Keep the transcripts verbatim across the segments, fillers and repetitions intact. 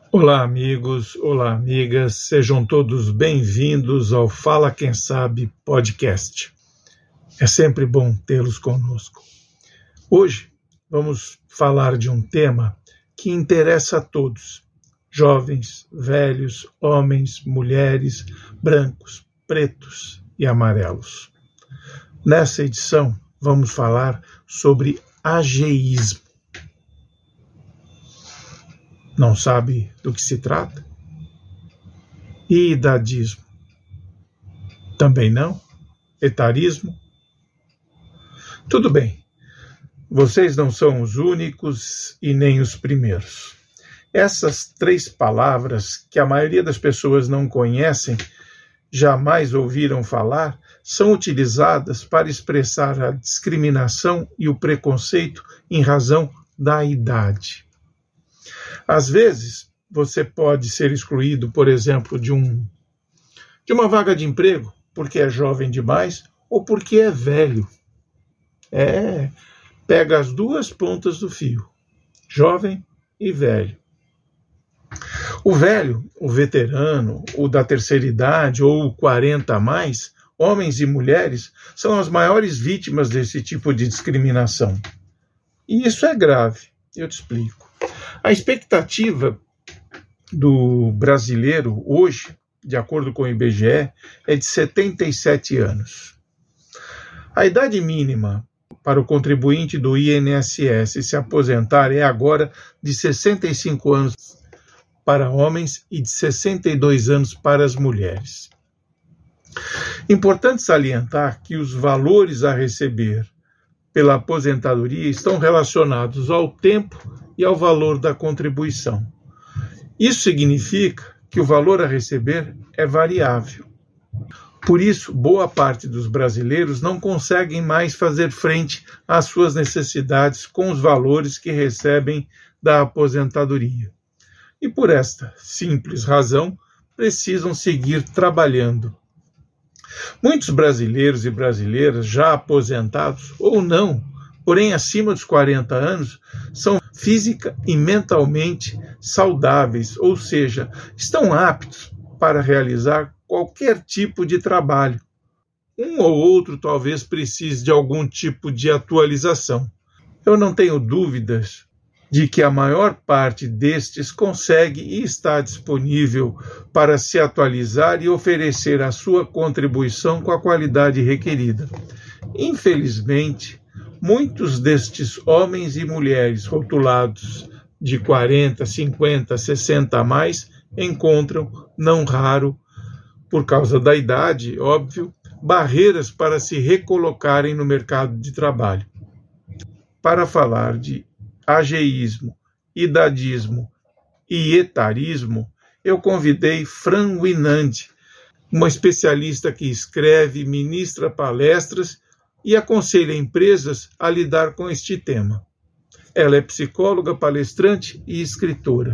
Olá, amigos, olá, amigas, sejam todos bem-vindos ao Fala Quem Sabe podcast. É sempre bom tê-los conosco. Hoje vamos falar de um tema que interessa a todos, jovens, velhos, homens, mulheres, brancos, pretos e amarelos. Nessa edição vamos falar sobre ageísmo. Não sabe do que se trata? E idadismo? Também não? Etarismo? Tudo bem, vocês não são os únicos e nem os primeiros. Essas três palavras que a maioria das pessoas não conhecem, jamais ouviram falar, são utilizadas para expressar a discriminação e o preconceito em razão da idade. Às vezes, você pode ser excluído, por exemplo, de, um, de uma vaga de emprego porque é jovem demais ou porque é velho. É, pega as duas pontas do fio, jovem e velho. O velho, o veterano, o da terceira idade ou o quarenta a mais, homens e mulheres, são as maiores vítimas desse tipo de discriminação. E isso é grave, eu te explico. A expectativa do brasileiro hoje, de acordo com o I B G E, é de setenta e sete anos. A idade mínima para o contribuinte do I N S S se aposentar é agora de sessenta e cinco anos para homens e de sessenta e dois anos para as mulheres. Importante salientar que os valores a receber pela aposentadoria estão relacionados ao tempo e ao valor da contribuição. Isso significa que o valor a receber é variável. Por isso, boa parte dos brasileiros não conseguem mais fazer frente às suas necessidades com os valores que recebem da aposentadoria. E por esta simples razão, precisam seguir trabalhando. Muitos brasileiros e brasileiras já aposentados ou não, porém acima dos quarenta anos, são física e mentalmente saudáveis, ou seja, estão aptos para realizar qualquer tipo de trabalho. Um ou outro talvez precise de algum tipo de atualização. Eu não tenho dúvidas de que a maior parte destes consegue e está disponível para se atualizar e oferecer a sua contribuição com a qualidade requerida. Infelizmente, muitos destes homens e mulheres rotulados de quarenta, cinquenta, sessenta a mais encontram, não raro, por causa da idade, óbvio, barreiras para se recolocarem no mercado de trabalho. Para falar de ageísmo, idadismo e etarismo, eu convidei Fran Winand, uma especialista que escreve, ministra palestras e aconselha empresas a lidar com este tema. Ela é psicóloga, palestrante e escritora.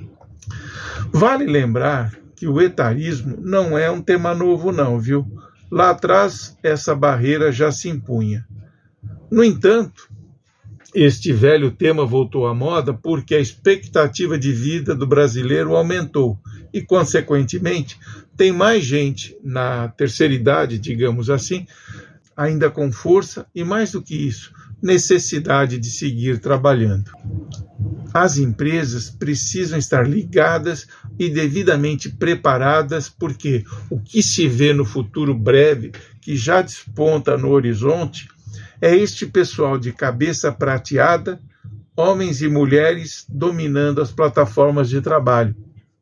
Vale lembrar que o etarismo não é um tema novo não, viu? Lá atrás, essa barreira já se impunha. No entanto, este velho tema voltou à moda porque a expectativa de vida do brasileiro aumentou e, consequentemente, tem mais gente na terceira idade, digamos assim, ainda com força e, mais do que isso, necessidade de seguir trabalhando. As empresas precisam estar ligadas e devidamente preparadas porque o que se vê no futuro breve, que já desponta no horizonte, é este pessoal de cabeça prateada, homens e mulheres dominando as plataformas de trabalho.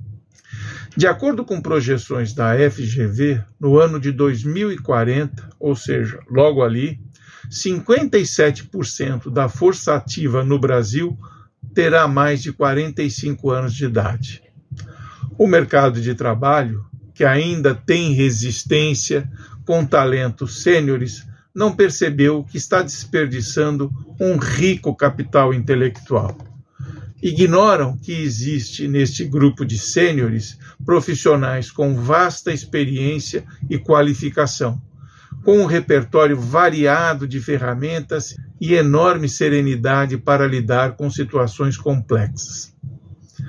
De acordo com projeções da F G V, no ano de dois mil e quarenta, ou seja, logo ali, cinquenta e sete por cento da força ativa no Brasil terá mais de quarenta e cinco anos de idade. O mercado de trabalho, que ainda tem resistência com talentos sêniores, não percebeu que está desperdiçando um rico capital intelectual. Ignoram que existe neste grupo de sêniores profissionais com vasta experiência e qualificação, com um repertório variado de ferramentas e enorme serenidade para lidar com situações complexas.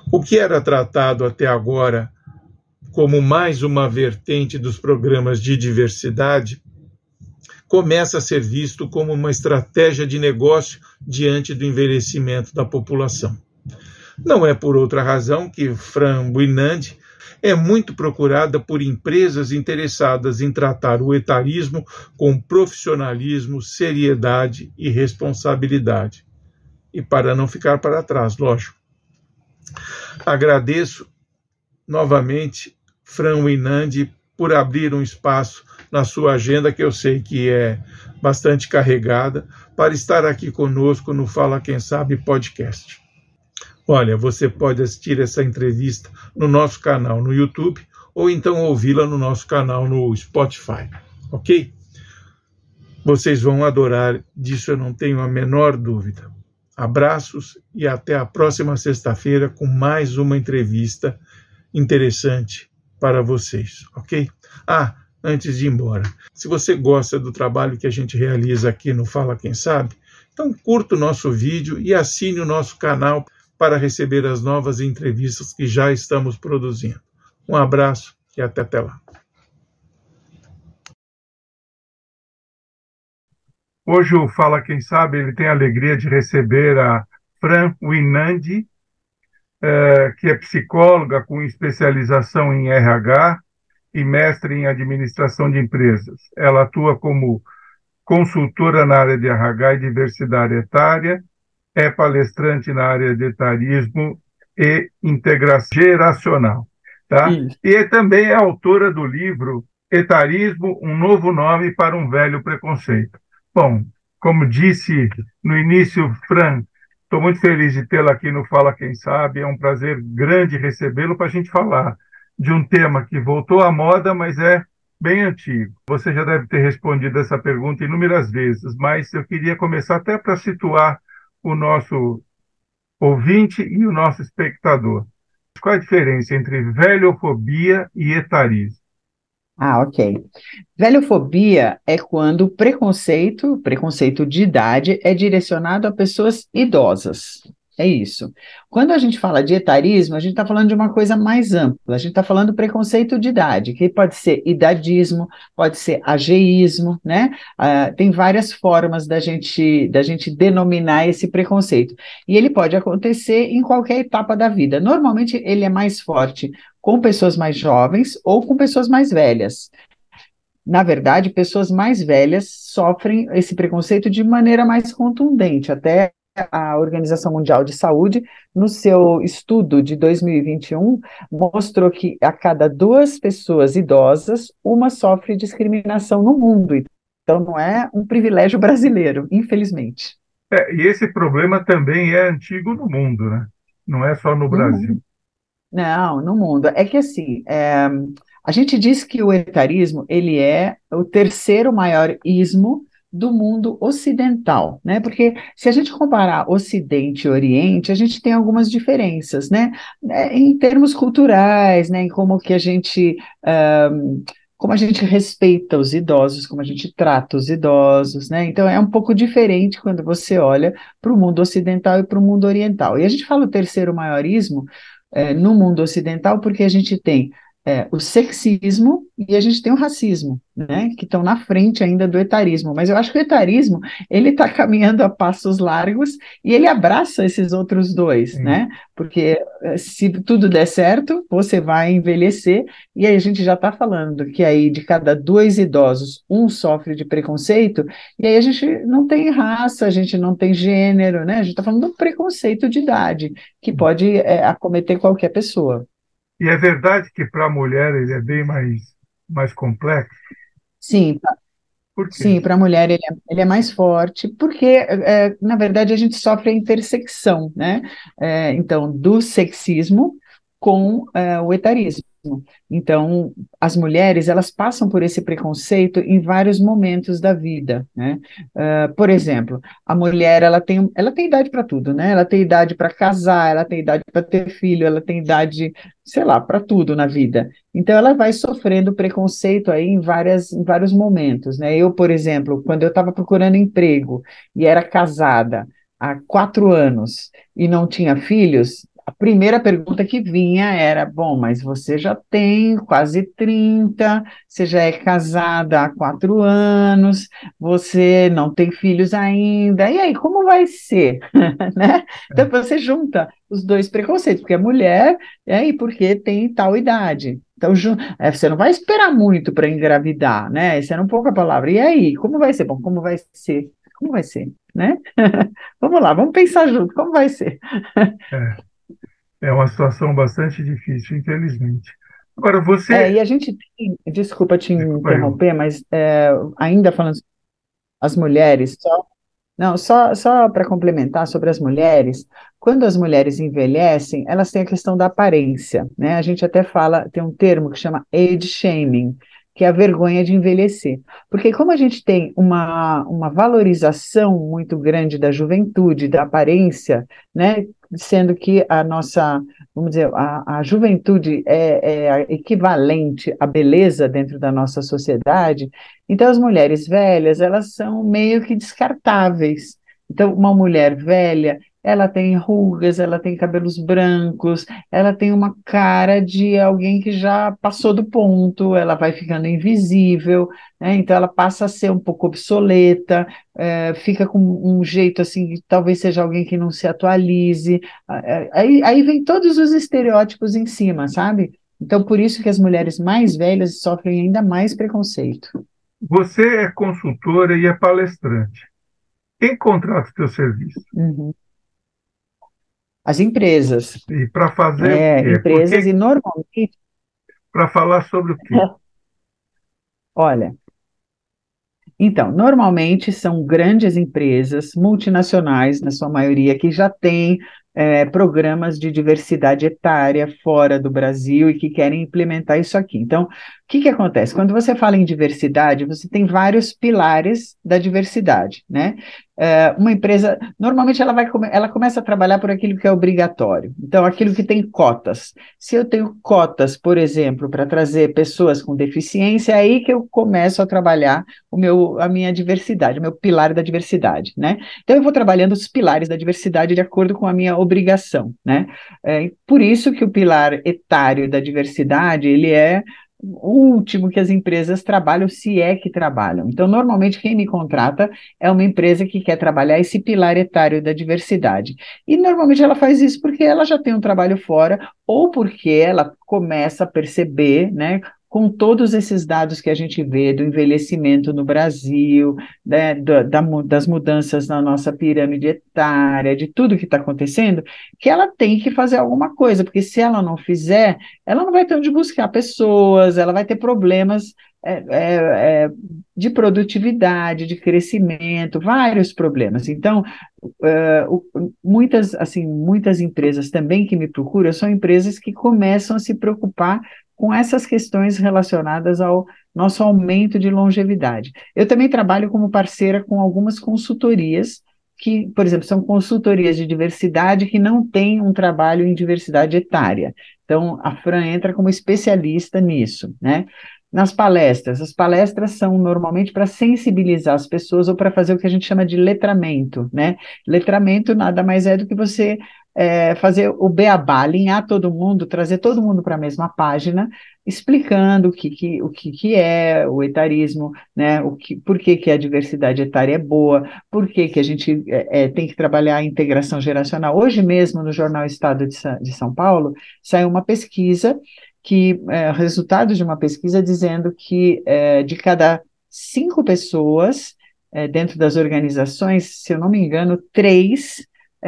O que era tratado até agora como mais uma vertente dos programas de diversidade começa a ser visto como uma estratégia de negócio diante do envelhecimento da população. Não é por outra razão que Fran Buinandi é muito procurada por empresas interessadas em tratar o etarismo com profissionalismo, seriedade e responsabilidade. E para não ficar para trás, lógico. Agradeço novamente Fran Buinandi por abrir um espaço na sua agenda, que eu sei que é bastante carregada, para estar aqui conosco no Fala Quem Sabe podcast. Olha, você pode assistir essa entrevista no nosso canal no YouTube ou então ouvi-la no nosso canal no Spotify, ok? Vocês vão adorar, disso eu não tenho a menor dúvida. Abraços e até a próxima sexta-feira com mais uma entrevista interessante para vocês, ok? Ah, antes de ir embora, se você gosta do trabalho que a gente realiza aqui no Fala Quem Sabe, então curta o nosso vídeo e assine o nosso canal para receber as novas entrevistas que já estamos produzindo. Um abraço e até, até lá. Hoje o Fala Quem Sabe ele tem a alegria de receber a Fran Buinandi, é, que é psicóloga com especialização em R H e mestre em administração de empresas. Ela atua como consultora na área de R H e diversidade etária, é palestrante na área de etarismo e integração geracional. Tá? E também é autora do livro Etarismo, um novo nome para um velho preconceito. Bom, como disse no início, Fran, estou muito feliz de tê-la aqui no Fala Quem Sabe, é um prazer grande recebê-lo para a gente falar de um tema que voltou à moda, mas é bem antigo. Você já deve ter respondido essa pergunta inúmeras vezes, mas eu queria começar até para situar o nosso ouvinte e o nosso espectador. Qual é a diferença entre velhofobia e etarismo? Ah, ok. Velhofobia é quando o preconceito, preconceito de idade, é direcionado a pessoas idosas. É isso. Quando a gente fala de etarismo, a gente está falando de uma coisa mais ampla. A gente está falando do preconceito de idade, que pode ser idadismo, pode ser ageísmo, né? Ah, tem várias formas da gente, da gente denominar esse preconceito. E ele pode acontecer em qualquer etapa da vida. Normalmente, ele é mais forte com pessoas mais jovens ou com pessoas mais velhas. Na verdade, pessoas mais velhas sofrem esse preconceito de maneira mais contundente. Até a Organização Mundial de Saúde, no seu estudo de dois mil e vinte e um, mostrou que a cada duas pessoas idosas, uma sofre discriminação no mundo. Então, não é um privilégio brasileiro, infelizmente. É, e esse problema também é antigo no mundo, né? Não é só no Brasil. Uhum. Não, no mundo. É que assim, é, a gente diz que o etarismo, ele é o terceiro maior ismo do mundo ocidental, né? Porque se a gente comparar Ocidente e Oriente, a gente tem algumas diferenças, né? É, em termos culturais, né? Em como que a gente, um, como a gente respeita os idosos, como a gente trata os idosos, né? Então é um pouco diferente quando você olha para o mundo ocidental e para o mundo oriental. E a gente fala o terceiro maiorismo é, no mundo ocidental porque a gente tem É, o sexismo e a gente tem o racismo, né, que estão na frente ainda do etarismo, mas eu acho que o etarismo, ele está caminhando a passos largos e ele abraça esses outros dois, Sim. né, porque se tudo der certo, você vai envelhecer e aí a gente já está falando que aí de cada dois idosos, um sofre de preconceito e aí a gente não tem raça, a gente não tem gênero, né, a gente está falando do preconceito de idade, que pode é, acometer qualquer pessoa. E é verdade que para a mulher ele é bem mais, mais complexo? Sim, Por quê? sim, para a mulher ele é, ele é mais forte, porque, é, na verdade, a gente sofre a intersecção, né? É, então, do sexismo com é, o etarismo. Então, as mulheres, elas passam por esse preconceito em vários momentos da vida, né? Uh, por exemplo, a mulher, ela tem, ela tem idade para tudo, né? Ela tem idade para casar, ela tem idade para ter filho, ela tem idade, sei lá, para tudo na vida. Então, ela vai sofrendo preconceito aí em, várias, em vários momentos, né? Eu, por exemplo, quando eu estava procurando emprego e era casada há quatro anos e não tinha filhos, a primeira pergunta que vinha era: bom, mas você já tem quase trinta, você já é casada há quatro anos, você não tem filhos ainda, e aí, como vai ser? Né? Então você junta os dois preconceitos, porque é mulher, é, e porque tem tal idade. Então, ju- é, você não vai esperar muito para engravidar, né? Essa era um pouco a palavra. E aí, como vai ser? Bom, como vai ser? Como vai ser, né? Vamos lá, vamos pensar junto, como vai ser? É, é uma situação bastante difícil, infelizmente. Agora, É, e você. a gente tem, desculpa te Desculpa eu. interromper, mas é, ainda falando sobre as mulheres, só, não, só, só para complementar sobre as mulheres, quando as mulheres envelhecem, elas têm a questão da aparência, né? A gente até fala, tem um termo que chama age shaming, que é a vergonha de envelhecer. Porque como a gente tem uma, uma valorização muito grande da juventude, da aparência, né? Sendo que a nossa, vamos dizer, a, a juventude é, é equivalente à beleza dentro da nossa sociedade, então as mulheres velhas, elas são meio que descartáveis. Então, uma mulher velha, ela tem rugas, ela tem cabelos brancos, ela tem uma cara de alguém que já passou do ponto, ela vai ficando invisível, né? Então ela passa a ser um pouco obsoleta, eh, fica com um jeito assim, que talvez seja alguém que não se atualize. Ah, eh, Aí, aí vem todos os estereótipos em cima, sabe? Então, por isso que as mulheres mais velhas sofrem ainda mais preconceito. Você é consultora e é palestrante. Quem contrata o teu serviço? Uhum. As empresas, E para fazer o é, quê? empresas, Porque e normalmente, para falar sobre o quê? olha, então, normalmente são grandes empresas, multinacionais, na sua maioria, que já têm eh, programas de diversidade etária fora do Brasil e que querem implementar isso aqui. Então, o que que acontece? Quando você fala em diversidade, você tem vários pilares da diversidade, né? Eh, uma empresa, normalmente ela vai, come- ela começa a trabalhar por aquilo que é obrigatório. Então, aquilo que tem cotas. Se eu tenho cotas, por exemplo, para trazer pessoas com deficiência, é aí que eu começo a trabalhar o meu, a minha diversidade, o meu pilar da diversidade, né? Então eu vou trabalhando os pilares da diversidade de acordo com a minha obrigação, né? É, por isso que o pilar etário da diversidade, ele é o último que as empresas trabalham, se é que trabalham. Então, normalmente, quem me contrata é uma empresa que quer trabalhar esse pilar etário da diversidade. E normalmente ela faz isso porque ela já tem um trabalho fora, ou porque ela começa a perceber, né, com todos esses dados que a gente vê do envelhecimento no Brasil, né, da, da das mudanças na nossa pirâmide etária, de tudo que está acontecendo, que ela tem que fazer alguma coisa, porque se ela não fizer, ela não vai ter onde buscar pessoas, ela vai ter problemas é, é, é, de produtividade, de crescimento, vários problemas. Então, é, o- muitas, assim, muitas empresas também que me procuram são empresas que começam a se preocupar com essas questões relacionadas ao nosso aumento de longevidade. Eu também trabalho como parceira com algumas consultorias que, por exemplo, são consultorias de diversidade que não têm um trabalho em diversidade etária. Então, a Fran entra como especialista nisso, né? Nas palestras, as palestras são normalmente para sensibilizar as pessoas ou para fazer o que a gente chama de letramento, né? Letramento nada mais é do que você é, fazer o beabá, alinhar todo mundo, trazer todo mundo para a mesma página, explicando o que, que, o que, que é o etarismo, né? O que, por que, que a diversidade etária é boa, por que, que a gente é, é, tem que trabalhar a integração geracional. Hoje mesmo, no Jornal Estado de, Sa de São Paulo, saiu uma pesquisa que, é, resultado de uma pesquisa dizendo que é, de cada cinco pessoas é, dentro das organizações, se eu não me engano, três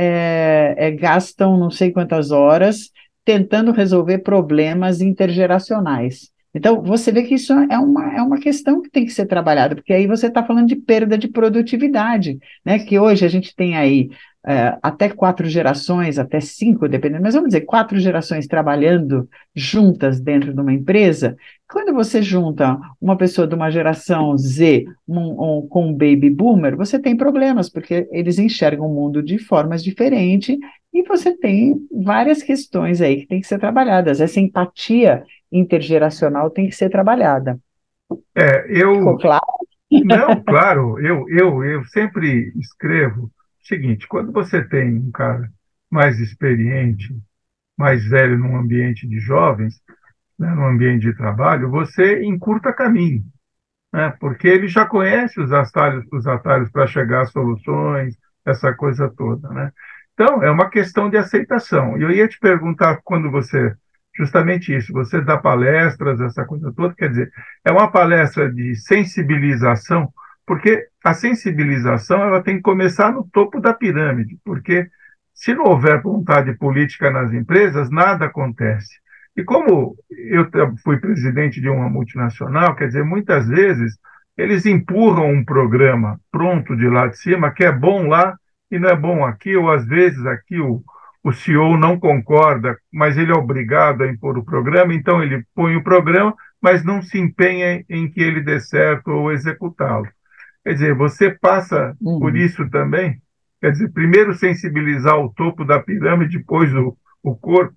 é, é, gastam não sei quantas horas tentando resolver problemas intergeracionais. Então, você vê que isso é uma, é uma questão que tem que ser trabalhada, porque aí você está falando de perda de produtividade, né? Que hoje a gente tem aí é, até quatro gerações, até cinco, dependendo, mas vamos dizer, quatro gerações trabalhando juntas dentro de uma empresa. Quando você junta uma pessoa de uma geração Z um, um, com um baby boomer, você tem problemas, porque eles enxergam o mundo de formas diferentes e você tem várias questões aí que tem que ser trabalhadas. Essa empatia intergeracional tem que ser trabalhada. É, Ficou eu. claro? Não, claro, eu, eu, eu sempre escrevo o seguinte: quando você tem um cara mais experiente, mais velho num ambiente de jovens, né, num ambiente de trabalho, você encurta caminho, né, porque ele já conhece os atalhos, os atalhos para chegar às soluções, essa coisa toda, né? Então, é uma questão de aceitação. E eu ia te perguntar, quando você, justamente isso, você dá palestras, essa coisa toda, quer dizer, é uma palestra de sensibilização, porque a sensibilização ela tem que começar no topo da pirâmide, porque se não houver vontade política nas empresas, nada acontece. E como eu fui presidente de uma multinacional, quer dizer, muitas vezes eles empurram um programa pronto de lá de cima, que é bom lá e não é bom aqui, ou às vezes aqui o, o C E O não concorda, mas ele é obrigado a impor o programa, então ele põe o programa, mas não se empenha em que ele dê certo ou executá-lo. Quer dizer, você passa por Uhum. isso também? Quer dizer, primeiro sensibilizar o topo da pirâmide, depois o, o corpo?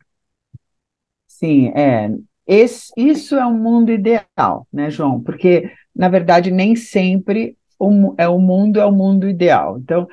Sim, é. Esse, isso é um mundo ideal, né, João? Porque, na verdade, nem sempre o, mu- é o mundo é o mundo ideal. Então,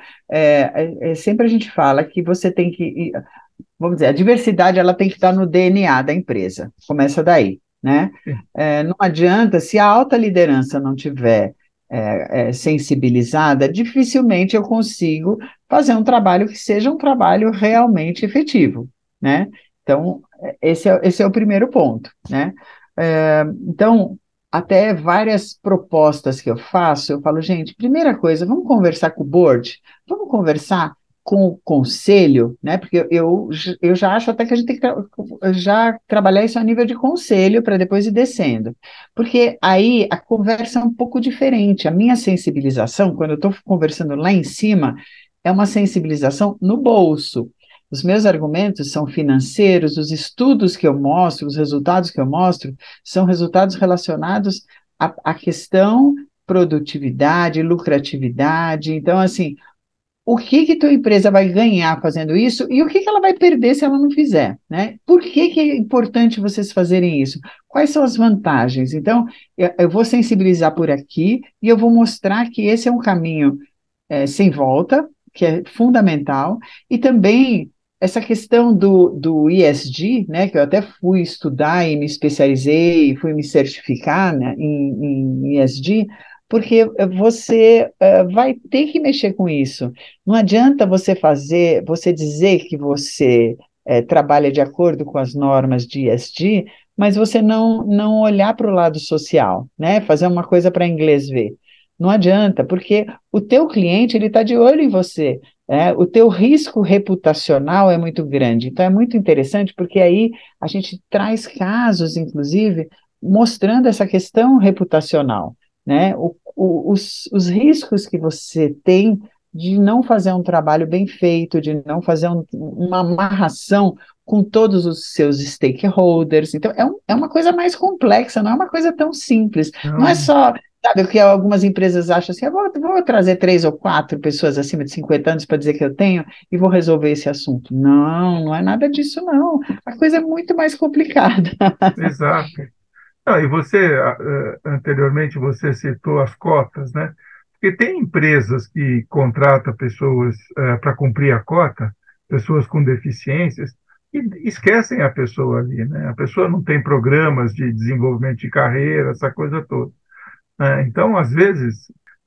é, é- é sempre a gente fala que você tem que, vamos dizer, a diversidade ela tem que estar no D N A da empresa. Começa daí, né? Sim. É, não adianta, se a alta liderança não tiver é, é, sensibilizada, dificilmente eu consigo fazer um trabalho que seja um trabalho realmente efetivo, né? Então, é, esse é, esse é o primeiro ponto, né? É, então, até várias propostas que eu faço, eu falo, gente, primeira coisa, vamos conversar com o board, vamos conversar com o conselho, né? Porque eu, eu, eu já acho até que a gente tem que tra já trabalhar isso a nível de conselho para depois ir descendo. Porque aí a conversa é um pouco diferente. A minha sensibilização, quando eu estou conversando lá em cima, é uma sensibilização no bolso. Os meus argumentos são financeiros, os estudos que eu mostro, os resultados que eu mostro, são resultados relacionados à, à questão produtividade, lucratividade. Então, assim, o que que tua empresa vai ganhar fazendo isso e o que que ela vai perder se ela não fizer, né? Por que que é importante vocês fazerem isso? Quais são as vantagens? Então, eu, eu vou sensibilizar por aqui e eu vou mostrar que esse é um caminho é, sem volta, que é fundamental, e também essa questão do, do E S G, né, que eu até fui estudar e me especializei, fui me certificar, né, em, em E S G, porque você uh, vai ter que mexer com isso. Não adianta você fazer, você dizer que você uh, trabalha de acordo com as normas de E S G, mas você não, não olhar para o lado social, né, fazer uma coisa para inglês ver. Não adianta, porque o teu cliente ele está de olho em você, né? O teu risco reputacional é muito grande. Então é muito interessante porque aí a gente traz casos, inclusive, mostrando essa questão reputacional, né? O, o, os, os riscos que você tem de não fazer um trabalho bem feito, de não fazer um, uma amarração com todos os seus stakeholders. Então é, um, é uma coisa mais complexa, não é uma coisa tão simples. Não é Não, só. Sabe o que algumas empresas acham assim, eu vou, vou trazer três ou quatro pessoas acima de cinquenta anos para dizer que eu tenho e vou resolver esse assunto. Não, não é nada disso, não. A coisa é muito mais complicada. exato. Não, e você, ah, ah, anteriormente, você citou as cotas, né? Porque tem empresas que contratam pessoas para cumprir a cota, pessoas com deficiências, e esquecem a pessoa ali, né? A pessoa não tem programas de desenvolvimento de carreira, essa coisa toda, né? Então, às vezes,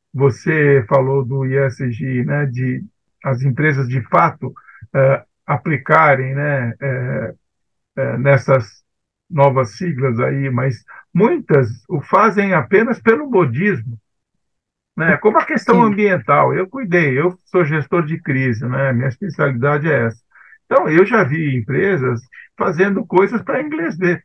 você falou do E S G, né? De as empresas, de fato, eh, aplicarem, né? eh, eh, nessas novas siglas aí, mas muitas o fazem apenas pelo modismo, né? Como a questão Sim. ambiental. Eu cuidei, eu sou gestor de crise, né? Minha especialidade é essa. Então, eu já vi empresas fazendo coisas para inglês ver,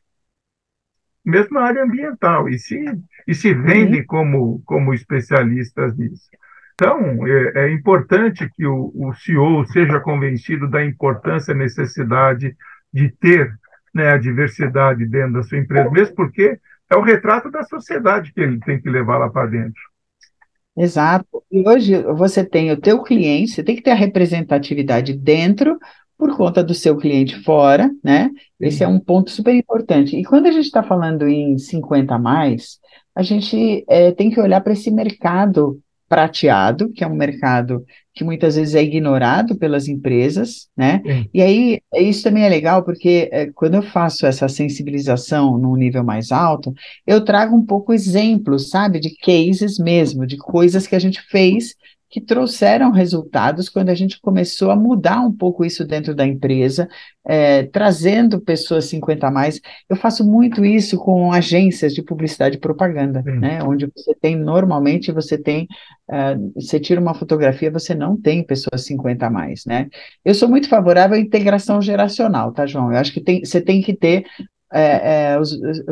mesmo na área ambiental, e se, e se Sim. vendem como, como especialistas nisso. Então, é, é importante que o, o C E O seja convencido da importância e necessidade de ter, né, a diversidade dentro da sua empresa, mesmo porque é o retrato da sociedade que ele tem que levar lá para dentro. Exato. E hoje você tem o teu cliente, você tem que ter a representatividade dentro por conta do seu cliente fora, né? Esse é Sim, um ponto super importante. E quando a gente está falando em cinquenta a mais, a gente eh, tem que olhar para esse mercado prateado, que é um mercado que muitas vezes é ignorado pelas empresas, né? Sim, E aí, isso também é legal, porque é, quando eu faço essa sensibilização num nível mais alto, eu trago um pouco exemplos, sabe, de cases mesmo, de coisas que a gente fez que trouxeram resultados quando a gente começou a mudar um pouco isso dentro da empresa, é, trazendo pessoas cinquenta a mais. Eu faço muito isso com agências de publicidade e propaganda, sim. né? Onde você tem, normalmente, você tem, uh, você tira uma fotografia, você não tem pessoas cinquenta a mais, né? Eu sou muito favorável à integração geracional, tá, João? Eu acho que tem, você tem que ter é, é, os, os,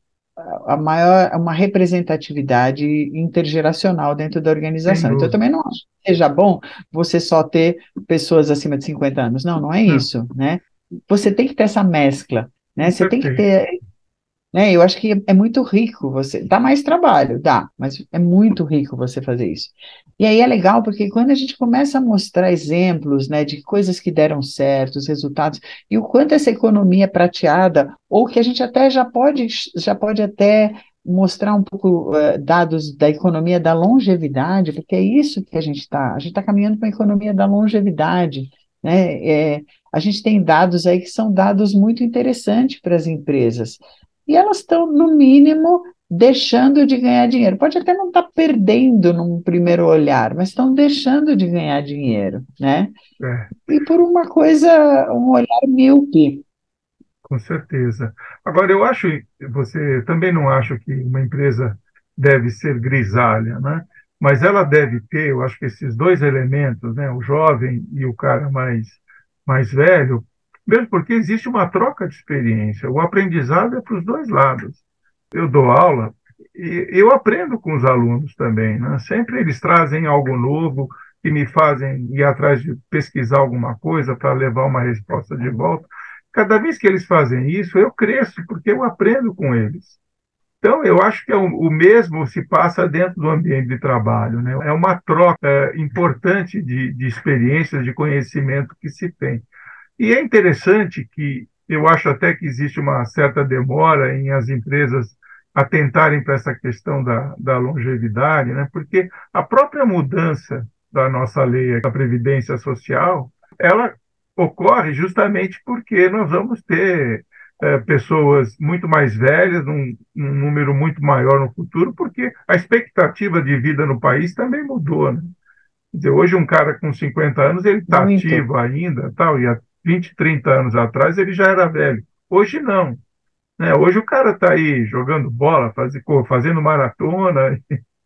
a maior, uma representatividade intergeracional dentro da Sem organização. Então, eu dúvida. também não acho que seja bom você só ter pessoas acima de cinquenta anos. Não, não é Não, isso, né? Você tem que ter essa mescla, né? Você tem que perfeito. ter, né? Eu acho que é, é muito rico você. Dá mais trabalho, dá, mas é muito rico você fazer isso. E aí é legal porque quando a gente começa a mostrar exemplos, né, de coisas que deram certo, os resultados, e o quanto essa economia é prateada, ou que a gente até já pode, já pode até mostrar um pouco eh, dados da economia da longevidade, porque é isso que a gente está, a gente está caminhando para a economia da longevidade, né? É, a gente tem dados aí que são dados muito interessantes para as empresas. E elas estão, no mínimo, deixando de ganhar dinheiro. Pode até não estar perdendo num primeiro olhar, mas estão deixando de ganhar dinheiro, né? É. E por uma coisa, um olhar míope. Com certeza. Agora, eu acho, você também não acha que uma empresa deve ser grisalha, né? Mas ela deve ter, eu acho que esses dois elementos, né? O jovem e o cara mais, mais velho, mesmo porque existe uma troca de experiência. O aprendizado é para os dois lados. Eu dou aula e eu aprendo com os alunos também, né? Sempre eles trazem algo novo que me fazem ir atrás de pesquisar alguma coisa para levar uma resposta de volta. Cada vez que eles fazem isso, eu cresço, porque eu aprendo com eles. Então, eu acho que é o, o mesmo se passa dentro do ambiente de trabalho, né? É uma troca é, importante de, de experiências, de conhecimento que se tem. E é interessante que eu acho até que existe uma certa demora em as empresas atentarem para essa questão da, da longevidade, né? Porque a própria mudança da nossa lei da Previdência Social, ela ocorre justamente porque nós vamos ter eh, pessoas muito mais velhas, um, um número muito maior no futuro, porque a expectativa de vida no país também mudou, né? Quer dizer, hoje um cara com cinquenta anos, ele está Muito. ativo ainda, tal, e há vinte, trinta anos atrás ele já era velho. Hoje não, né? Hoje o cara está aí jogando bola, faz, fazendo maratona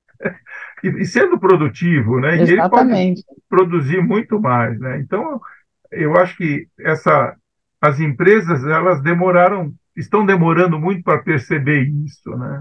e, e sendo produtivo, né? E ele pode Exatamente. produzir muito mais, né? Então, eu acho que essa, as empresas, elas demoraram, estão demorando muito para perceber isso, né?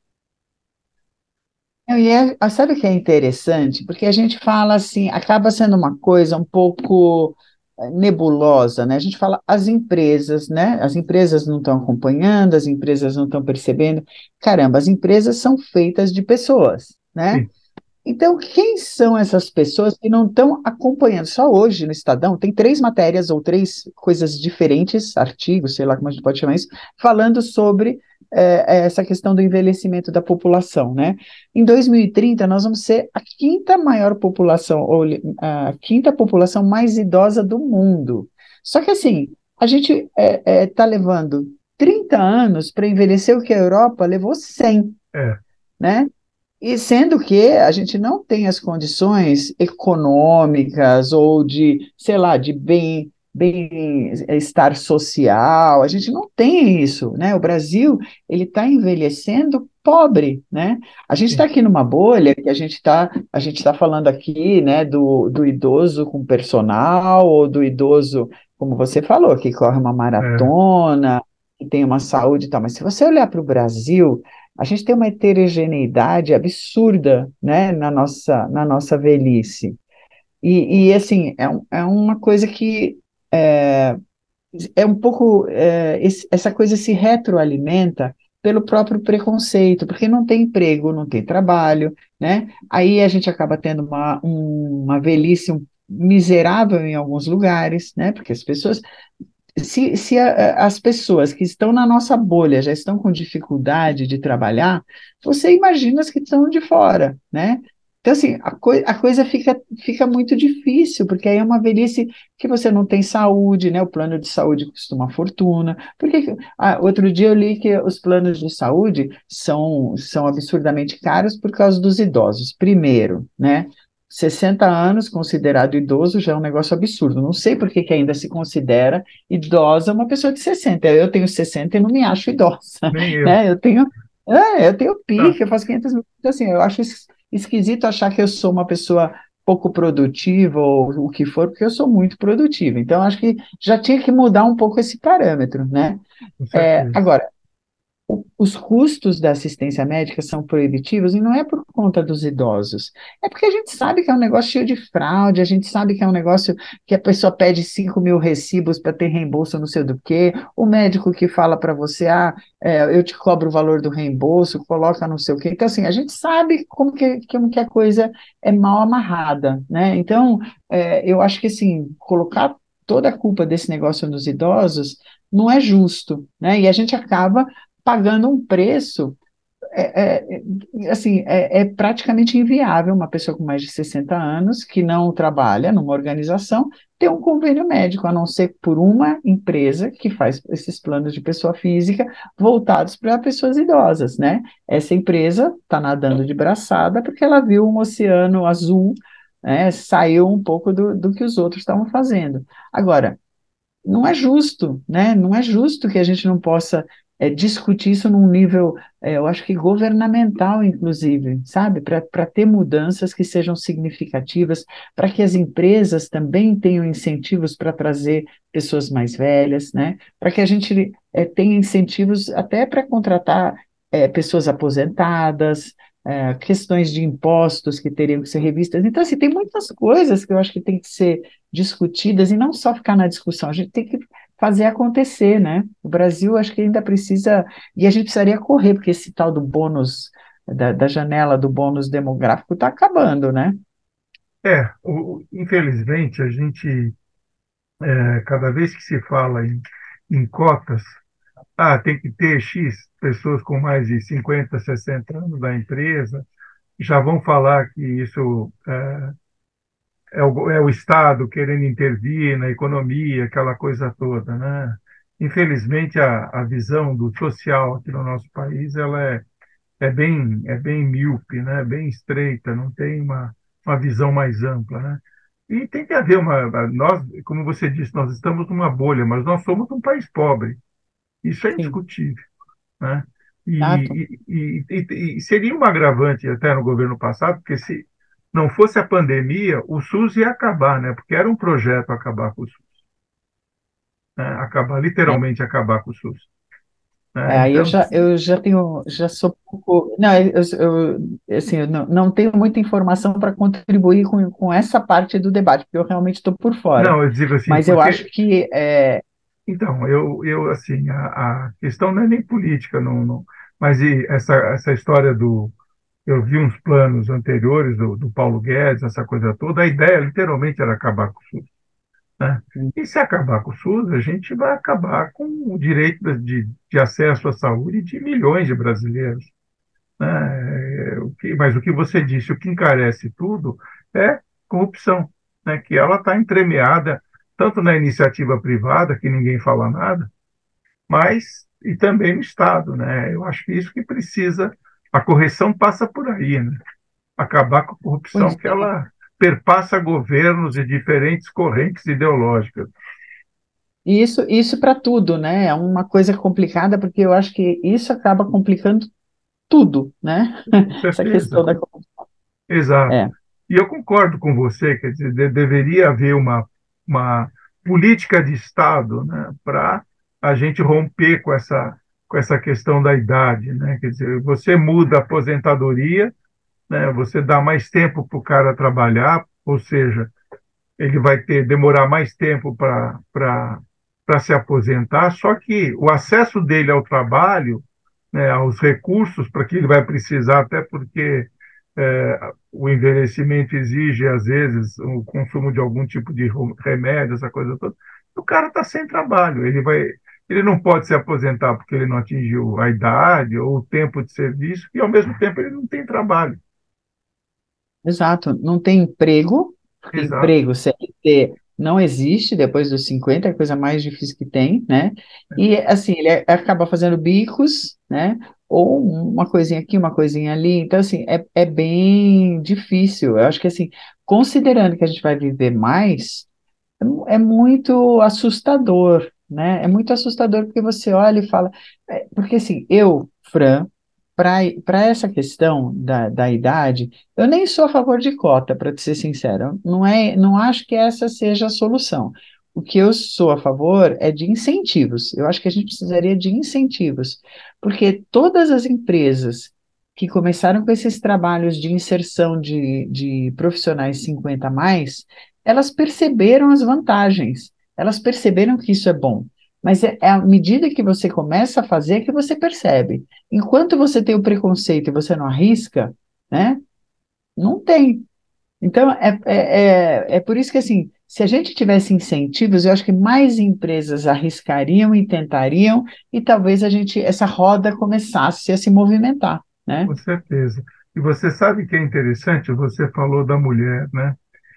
Não, E é, ah, sabe o que é interessante? Porque a gente fala assim, acaba sendo uma coisa um pouco eh, nebulosa, né? A gente fala as empresas, né? As empresas não estão acompanhando, as empresas não estão percebendo. Caramba, as empresas são feitas de pessoas, né? Sim, Então, quem são essas pessoas que não estão acompanhando? Só hoje no Estadão tem três matérias ou três coisas diferentes, artigos, sei lá como a gente pode chamar isso, falando sobre eh, essa questão do envelhecimento da população, né? Em dois mil e trinta, nós vamos ser a quinta maior população, ou a quinta população mais idosa do mundo. Só que assim, a gente está levando trinta anos para envelhecer o que a Europa levou cem, é, né? E sendo que a gente não tem as condições econômicas ou de, sei lá, de bem, bem-estar social, a gente não tem isso, né? O Brasil, ele está envelhecendo pobre, né? A gente está sim, aqui numa bolha que a gente está, a gente está falando aqui, né, do, do idoso com personal ou do idoso, como você falou, que corre uma é, maratona, que tem uma saúde e tal, mas se você olhar para o Brasil, a gente tem uma heterogeneidade absurda, né, na nossa, na nossa velhice. E, e assim, é, um- é uma coisa que é, é um pouco. É, esse- essa coisa se retroalimenta pelo próprio preconceito, porque não tem emprego, não tem trabalho, né? Aí a gente acaba tendo uma, um- uma velhice um- miserável em alguns lugares, né? Porque as pessoas se, se a- a- as pessoas que estão na nossa bolha já estão com dificuldade de trabalhar, você imagina as que estão de fora, né? Então, assim, a, coi a coisa fica, fica muito difícil, porque aí é uma velhice que você não tem saúde, né? O plano de saúde custa uma fortuna. Porque ah, outro dia eu li que os planos de saúde são, são absurdamente caros por causa dos idosos. Primeiro, né? sessenta anos, considerado idoso, já é um negócio absurdo. Não sei por que que ainda se considera idosa uma pessoa de sessenta. Eu tenho sessenta e não me acho idosa, Nem eu. né? Eu tenho, é, eu tenho Não, pique, eu faço quinhentos mil. Então, assim, eu acho es- esquisito achar que eu sou uma pessoa pouco produtiva ou o que for, porque eu sou muito produtiva. Então, acho que já tinha que mudar um pouco esse parâmetro, né? com É, certeza. agora, os custos da assistência médica são proibitivos e não é por conta dos idosos, é porque a gente sabe que é um negócio cheio de fraude, a gente sabe que é um negócio que a pessoa pede cinco mil recibos para ter reembolso não sei do que, o médico que fala para você, ah, é, eu te cobro o valor do reembolso, coloca não sei o quê. Então, assim, a gente sabe como que, como que a coisa é mal amarrada, né? Então, é, eu acho que, assim, colocar toda a culpa desse negócio nos idosos não é justo, né? E a gente acaba pagando um preço, é, é, é, assim, é, é praticamente inviável uma pessoa com mais de sessenta anos que não trabalha numa organização ter um convênio médico, a não ser por uma empresa que faz esses planos de pessoa física voltados para pessoas idosas, né? Essa empresa está nadando de braçada porque ela viu um oceano azul, né, saiu um pouco do, do que os outros estavam fazendo. Agora, não é justo, né? Não é justo que a gente não possa é, discutir isso num nível, é, eu acho que governamental, inclusive, sabe? Para para ter mudanças que sejam significativas, para que as empresas também tenham incentivos para trazer pessoas mais velhas, né? Para que a gente é, tenha incentivos até para contratar é, pessoas aposentadas, é, questões de impostos que teriam que ser revistas. Então, assim, tem muitas coisas que eu acho que tem que ser discutidas e não só ficar na discussão, a gente tem que fazer acontecer, né? O Brasil acho que ainda precisa, e a gente precisaria correr, porque esse tal do bônus, da, da janela do bônus demográfico está acabando, né? É, o- infelizmente, a gente, é, cada vez que se fala em, em cotas, ah, tem que ter X pessoas com mais de cinquenta, sessenta anos da empresa, já vão falar que isso é, é o, é o Estado querendo intervir na economia, aquela coisa toda, né? Infelizmente, a, a visão do social aqui no nosso país, ela é, é bem, é bem míope, né? Bem estreita, não tem uma, uma visão mais ampla, né? E tem que haver uma. Nós, como você disse, nós estamos numa bolha, mas nós somos um país pobre. Isso é Sim, indiscutível, né? exato. E, e, e, e seria um agravante até no governo passado, porque se não fosse a pandemia, o SUS ia acabar, né? Porque era um projeto acabar com o SUS, né? Acabar, É, literalmente acabar com o SUS, é, né? aí eu Então, já, eu já tenho, já sou pouco, não, eu, eu, assim, eu não, não tenho muita informação para contribuir com, com essa parte do debate, porque eu realmente estou por fora, não, eu digo assim, mas eu porque acho que é, então, eu, eu assim, a, a questão não é nem política, não, não, mas e essa, essa história do. Eu vi uns planos anteriores do, do Paulo Guedes, essa coisa toda, a ideia literalmente era acabar com o SUS, né? E se acabar com o SUS, a gente vai acabar com o direito de, de acesso à saúde de milhões de brasileiros, né? É, o que, mas o que você disse, o que encarece tudo é corrupção, né? Que ela está entremeada tanto na iniciativa privada, que ninguém fala nada, mas e também no Estado, né? Eu acho que isso que precisa, a correção passa por aí, né? Acabar com a corrupção pois que é. ela perpassa governos e diferentes correntes ideológicas. E Isso, isso para tudo, né? É uma coisa complicada, porque eu acho que isso acaba complicando tudo, né? Com Essa questão certeza, da. exato. É, E eu concordo com você, quer dizer, de- deveria haver uma, uma política de Estado, né, para a gente romper com essa, com essa questão da idade, né? Quer dizer, você muda a aposentadoria, né, você dá mais tempo para o cara trabalhar, ou seja, ele vai ter demorar mais tempo para para se aposentar, só que o acesso dele ao trabalho, né, aos recursos para que ele vai precisar, até porque é, o envelhecimento exige, às vezes, o consumo de algum tipo de remédio, essa coisa toda. O cara está sem trabalho, ele vai, ele não pode se aposentar porque ele não atingiu a idade ou o tempo de serviço, e ao mesmo tempo ele não tem trabalho. Exato, não tem emprego, porque Exato. emprego C L T não existe depois dos cinquenta, é a coisa mais difícil que tem, né? E assim, ele é- acaba fazendo bicos, né? Ou uma coisinha aqui, uma coisinha ali. Então, assim, é, é bem difícil. Eu acho que assim, considerando que a gente vai viver mais, é mu- é muito assustador, né? É muito assustador porque você olha e fala. é, porque assim, eu, Fran, para para essa questão da, da idade, eu nem sou a favor de cota, para te ser sincero. Não é, não acho que essa seja a solução. O que eu sou a favor é de incentivos. Eu acho que a gente precisaria de incentivos, porque todas as empresas que começaram com esses trabalhos de inserção de, de profissionais cinquenta a mais, elas perceberam as vantagens, elas perceberam que isso é bom. Mas é, é à medida que você começa a fazer que você percebe. Enquanto você tem o preconceito e você não arrisca, né? Não tem. Então, é, é, é, é por isso que, assim, se a gente tivesse incentivos, eu acho que mais empresas arriscariam e tentariam, e talvez a gente, essa roda começasse a se movimentar, né? Com certeza. E você sabe que é interessante, você falou da mulher, né?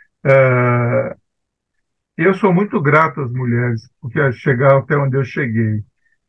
Eh, eu sou muito grato às mulheres, porque chegar até onde eu cheguei,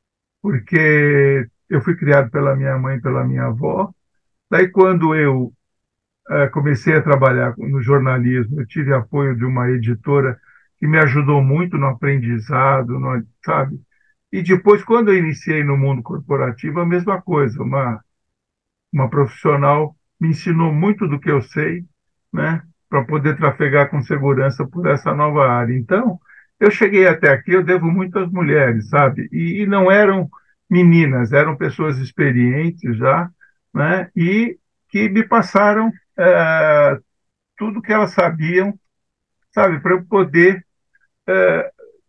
porque eu fui criado pela minha mãe, e pela minha avó. Daí, quando eu eh, comecei a trabalhar no jornalismo, eu tive apoio de uma editora que me ajudou muito no aprendizado, no, sabe? E depois, quando eu iniciei no mundo corporativo, a mesma coisa, uma uma profissional me ensinou muito do que eu sei, né, para poder trafegar com segurança por essa nova área. Então, eu cheguei até aqui, eu devo muito às mulheres, sabe? E, e não eram meninas, eram pessoas experientes já, né, e que me passaram eh, tudo que elas sabiam, sabe, para eu poder. eh,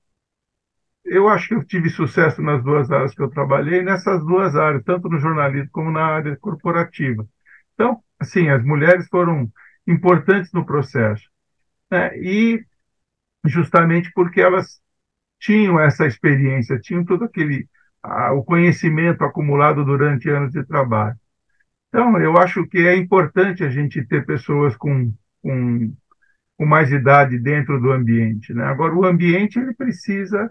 eu acho que eu tive sucesso nas duas áreas que eu trabalhei, nessas duas áreas, tanto no jornalismo como na área corporativa. Então, assim, as mulheres foram importantes no processo, né? E justamente porque elas tinham essa experiência, tinham todo aquele ah, o conhecimento acumulado durante anos de trabalho. Então, eu acho que é importante a gente ter pessoas com, com, com mais idade dentro do ambiente, né? Agora, o ambiente ele precisa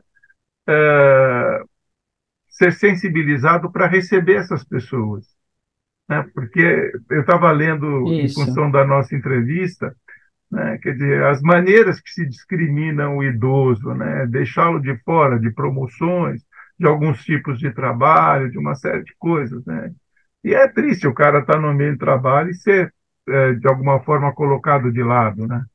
eh, ser sensibilizado para receber essas pessoas, né? Porque eu estava lendo, em Isso. função da nossa entrevista, né? Quer dizer, as maneiras que se discriminam o idoso, né? Deixá-lo de fora de promoções, de alguns tipos de trabalho, de uma série de coisas, né? E é triste o cara estar no meio de trabalho e ser, é, de alguma forma, colocado de lado, né?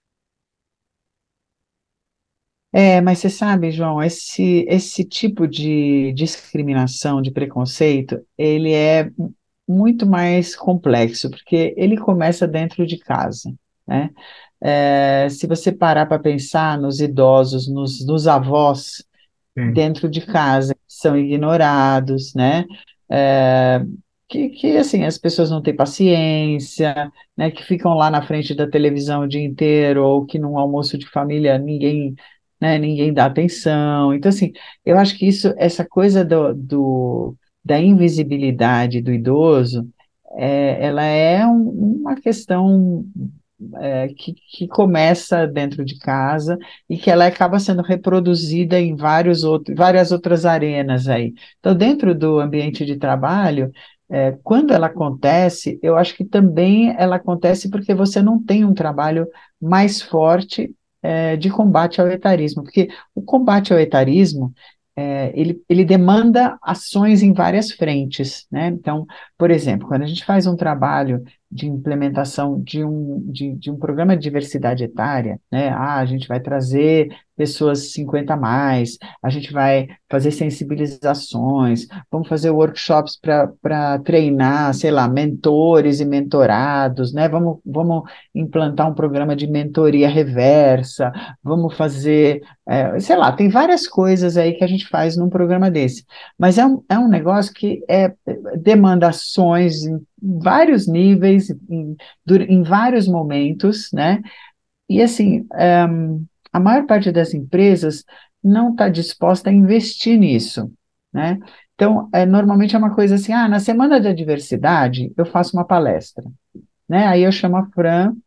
É, mas você sabe, João, esse, esse tipo de discriminação, de preconceito, ele é muito mais complexo, porque ele começa dentro de casa, né? É, se você parar para pensar nos idosos, nos, nos avós Sim, dentro de casa, que são ignorados, né? É, que, que, assim, as pessoas não têm paciência, né? Que ficam lá na frente da televisão o dia inteiro, ou que num almoço de família ninguém, né, ninguém dá atenção. Então, assim, eu acho que isso, essa coisa do, do- da invisibilidade do idoso, é, ela é um- uma questão é, que, que começa dentro de casa e que ela acaba sendo reproduzida em vários outros, várias outras arenas aí. Então, dentro do ambiente de trabalho, é, quando ela acontece, eu acho que também ela acontece porque você não tem um trabalho mais forte, é, de combate ao etarismo, porque o combate ao etarismo é, ele, ele demanda ações em várias frentes, né? Então, por exemplo, quando a gente faz um trabalho de implementação de um, de, de um programa de diversidade etária, né? Ah, a gente vai trazer pessoas cinquenta a mais, a gente vai fazer sensibilizações, vamos fazer workshops para treinar, sei lá, mentores e mentorados, né? Vamos, vamos implantar um programa de mentoria reversa, vamos fazer, é, sei lá, tem várias coisas aí que a gente faz num programa desse. Mas é um, é um negócio que é, demanda ações vários níveis, em, dur- em vários momentos, né? E assim, é, a maior parte das empresas não está disposta a investir nisso, né? Então, é, normalmente é uma coisa assim, ah, na semana da diversidade eu faço uma palestra, né? Aí eu chamo a Fran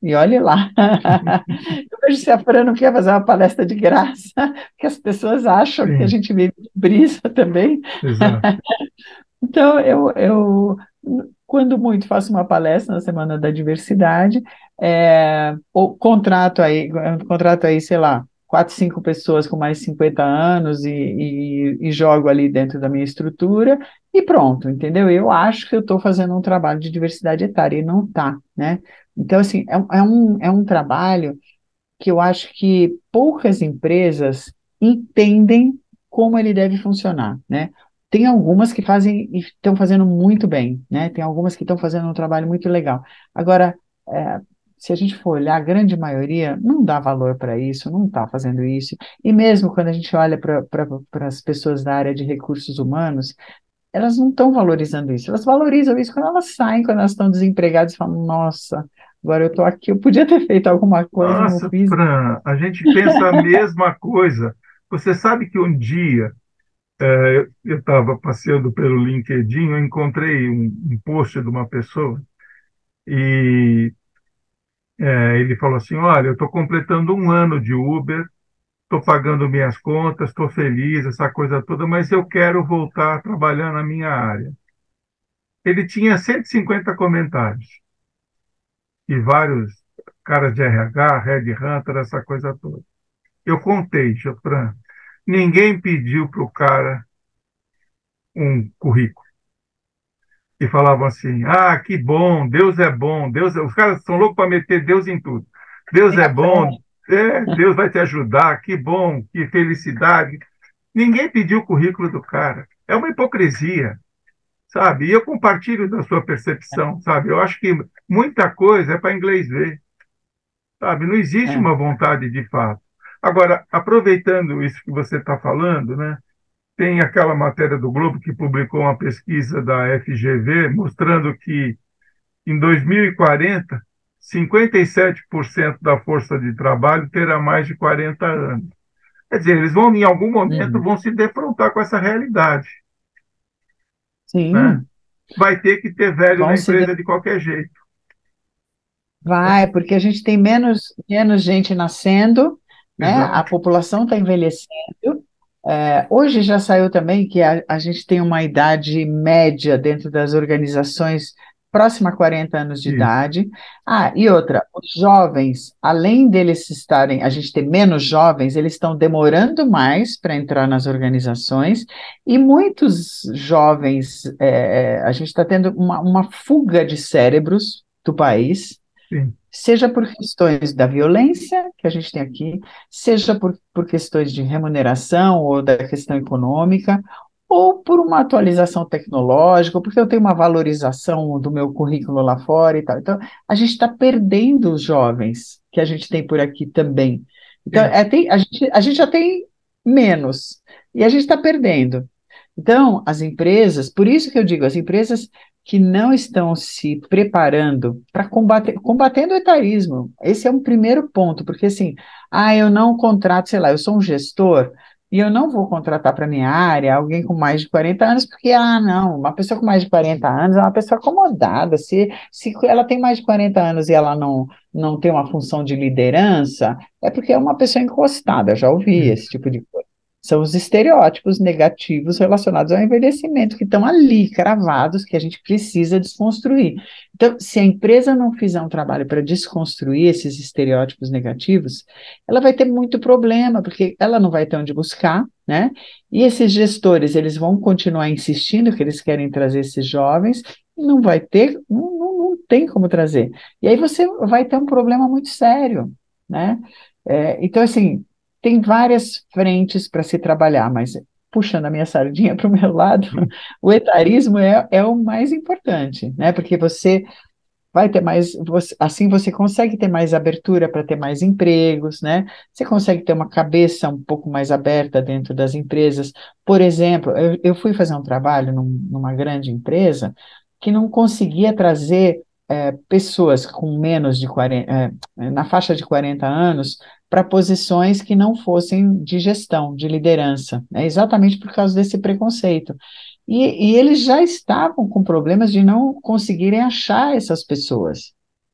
E olhe lá. Eu vejo se a Fran não quer fazer uma palestra de graça, porque as pessoas acham que a Sim, gente vive de brisa também. exato. Então, eu, eu, quando muito, faço uma palestra na Semana da Diversidade, é, ou contrato aí, contrato aí, sei lá, quatro, cinco pessoas com mais de cinquenta anos e, e, e jogo ali dentro da minha estrutura e pronto, entendeu? Eu acho que eu estou fazendo um trabalho de diversidade etária e não está, né? Então, assim, é, um- é um, é um trabalho que eu acho que poucas empresas entendem como ele deve funcionar, né? Tem algumas que fazem e estão fazendo muito bem, né? Tem algumas que estão fazendo um trabalho muito legal. Agora, é, se a gente for olhar, a grande maioria não dá valor para isso, não está fazendo isso. E mesmo quando a gente olha para as pessoas da área de recursos humanos, elas não estão valorizando isso. Elas valorizam isso quando elas saem, quando elas estão desempregadas e falam, nossa, agora eu estou aqui, eu podia ter feito alguma coisa, não Nossa, fiz. Fran, a gente pensa a mesma coisa. Você sabe que um dia eh, eu estava passeando pelo LinkedIn, eu encontrei um, um post de uma pessoa e eh, ele falou assim: Olha, eu estou completando um ano de Uber, estou pagando minhas contas, estou feliz, essa coisa toda, mas eu quero voltar a trabalhar na minha área. Ele tinha cento e cinquenta comentários e vários caras de R H, Red Hunter, essa coisa toda. Eu contei, Fran, ninguém pediu para o cara um currículo. E falavam assim: ah, que bom, Deus é bom, Deus é... Os caras são loucos para meter Deus em tudo. Deus é Tenha fé. bom, é, Deus vai te ajudar, que bom, que felicidade. Ninguém pediu o currículo do cara. É uma hipocrisia, sabe? E eu compartilho da sua percepção, sabe? Eu acho que muita coisa é para inglês ver, sabe? Não existe É, uma vontade de fato. Agora, aproveitando isso que você está falando, né? Tem aquela matéria do Globo que publicou uma pesquisa da F G V mostrando que em dois mil e quarenta, cinquenta e sete por cento da força de trabalho terá mais de quarenta anos. Quer dizer, eles vão, em algum momento, uhum. vão se defrontar com essa realidade, né? Sim, Vai ter que ter velho vão na se de- empresa de qualquer jeito. vai, porque a gente tem menos, menos gente nascendo, né? A Exato. população está envelhecendo. É, hoje já saiu também que a, a gente tem uma idade média dentro das organizações próxima a quarenta anos de Isso. idade. Ah, e outra, os jovens, além deles estarem, a gente ter menos jovens, eles estão demorando mais para entrar nas organizações, e muitos jovens, é, é, a gente está tendo uma, uma fuga de cérebros do país, Sim. seja por questões da violência que a gente tem aqui, seja por, por questões de remuneração ou da questão econômica, ou por uma atualização tecnológica, ou porque eu tenho uma valorização do meu currículo lá fora e tal. Então, a gente está perdendo os jovens que a gente tem por aqui também. Então, Sim. é, tem- a gente, a gente já tem menos, e a gente está perdendo. Então, as empresas, por isso que eu digo, as empresas que não estão se preparando para combater, combatendo o etarismo. Esse é um primeiro ponto, porque assim, ah, eu não contrato, sei lá, eu sou um gestor e eu não vou contratar para minha área alguém com mais de quarenta anos, porque, ah, não, uma pessoa com mais de quarenta anos é uma pessoa acomodada. Se, se ela tem mais de quarenta anos e ela não, não tem uma função de liderança, é porque é uma pessoa encostada. Eu já ouvi esse Isso. tipo de coisa. São os estereótipos negativos relacionados ao envelhecimento que estão ali, cravados, que a gente precisa desconstruir. Então, se a empresa não fizer um trabalho para desconstruir esses estereótipos negativos, ela vai ter muito problema, porque ela não vai ter onde buscar, né? E esses gestores, eles vão continuar insistindo que eles querem trazer esses jovens, e não vai ter, não, não, não tem como trazer. E aí você vai ter um problema muito sério, né? É, então, assim, tem várias frentes para se trabalhar, mas puxando a minha sardinha para o meu lado, o etarismo é, é o mais importante, né? Porque você vai ter mais, você- assim você consegue ter mais abertura para ter mais empregos, né? Você consegue ter uma cabeça um pouco mais aberta dentro das empresas. Por exemplo, eu, eu fui fazer um trabalho num- numa grande empresa que não conseguia trazer eh, pessoas com menos de quarenta, eh, na faixa de quarenta anos para posições que não fossem de gestão, de liderança, né? Exatamente por causa desse preconceito. E, e eles já estavam com problemas de não conseguirem achar essas pessoas,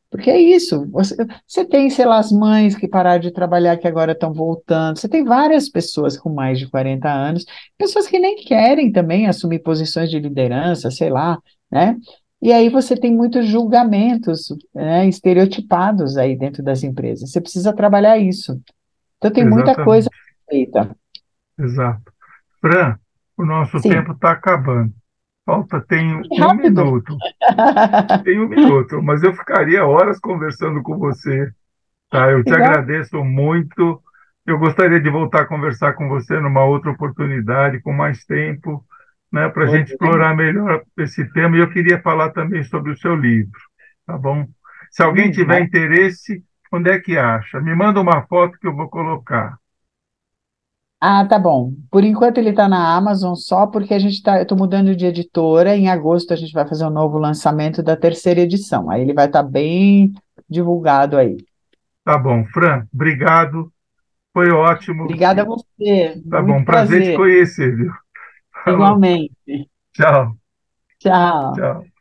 Porque é isso, você, você tem, sei lá, as mães que pararam de trabalhar, que agora estão voltando, você tem várias pessoas com mais de quarenta anos, pessoas que nem querem também assumir posições de liderança, sei lá, né? E aí você tem muitos julgamentos, né, estereotipados aí dentro das empresas. Você precisa trabalhar isso. Então tem muita coisa Exatamente, feita. exato. Fran, o nosso Sim, tempo está acabando. Falta, tem que um rápido. minuto. Tem um minuto, mas eu ficaria horas conversando com você, tá? Eu te Igual. agradeço muito. Eu gostaria de voltar a conversar com você numa outra oportunidade, com mais tempo, né, para a gente Podemos. explorar melhor esse tema. E eu queria falar também sobre o seu livro, tá bom? Se alguém Hum, tiver interesse, onde é que acha? Me manda uma foto que eu vou colocar. Ah, tá bom. Por enquanto ele está na Amazon só porque a gente tá, eu estou mudando de editora. Em agosto a gente vai fazer um novo lançamento da terceira edição. Aí ele vai estar bem divulgado aí. Tá bom, Fran, obrigado. Foi ótimo. Obrigada a você. Tá bom, Muito prazer te prazer. conhecer, viu? Falou. Igualmente. Tchau, Tchau. tchau.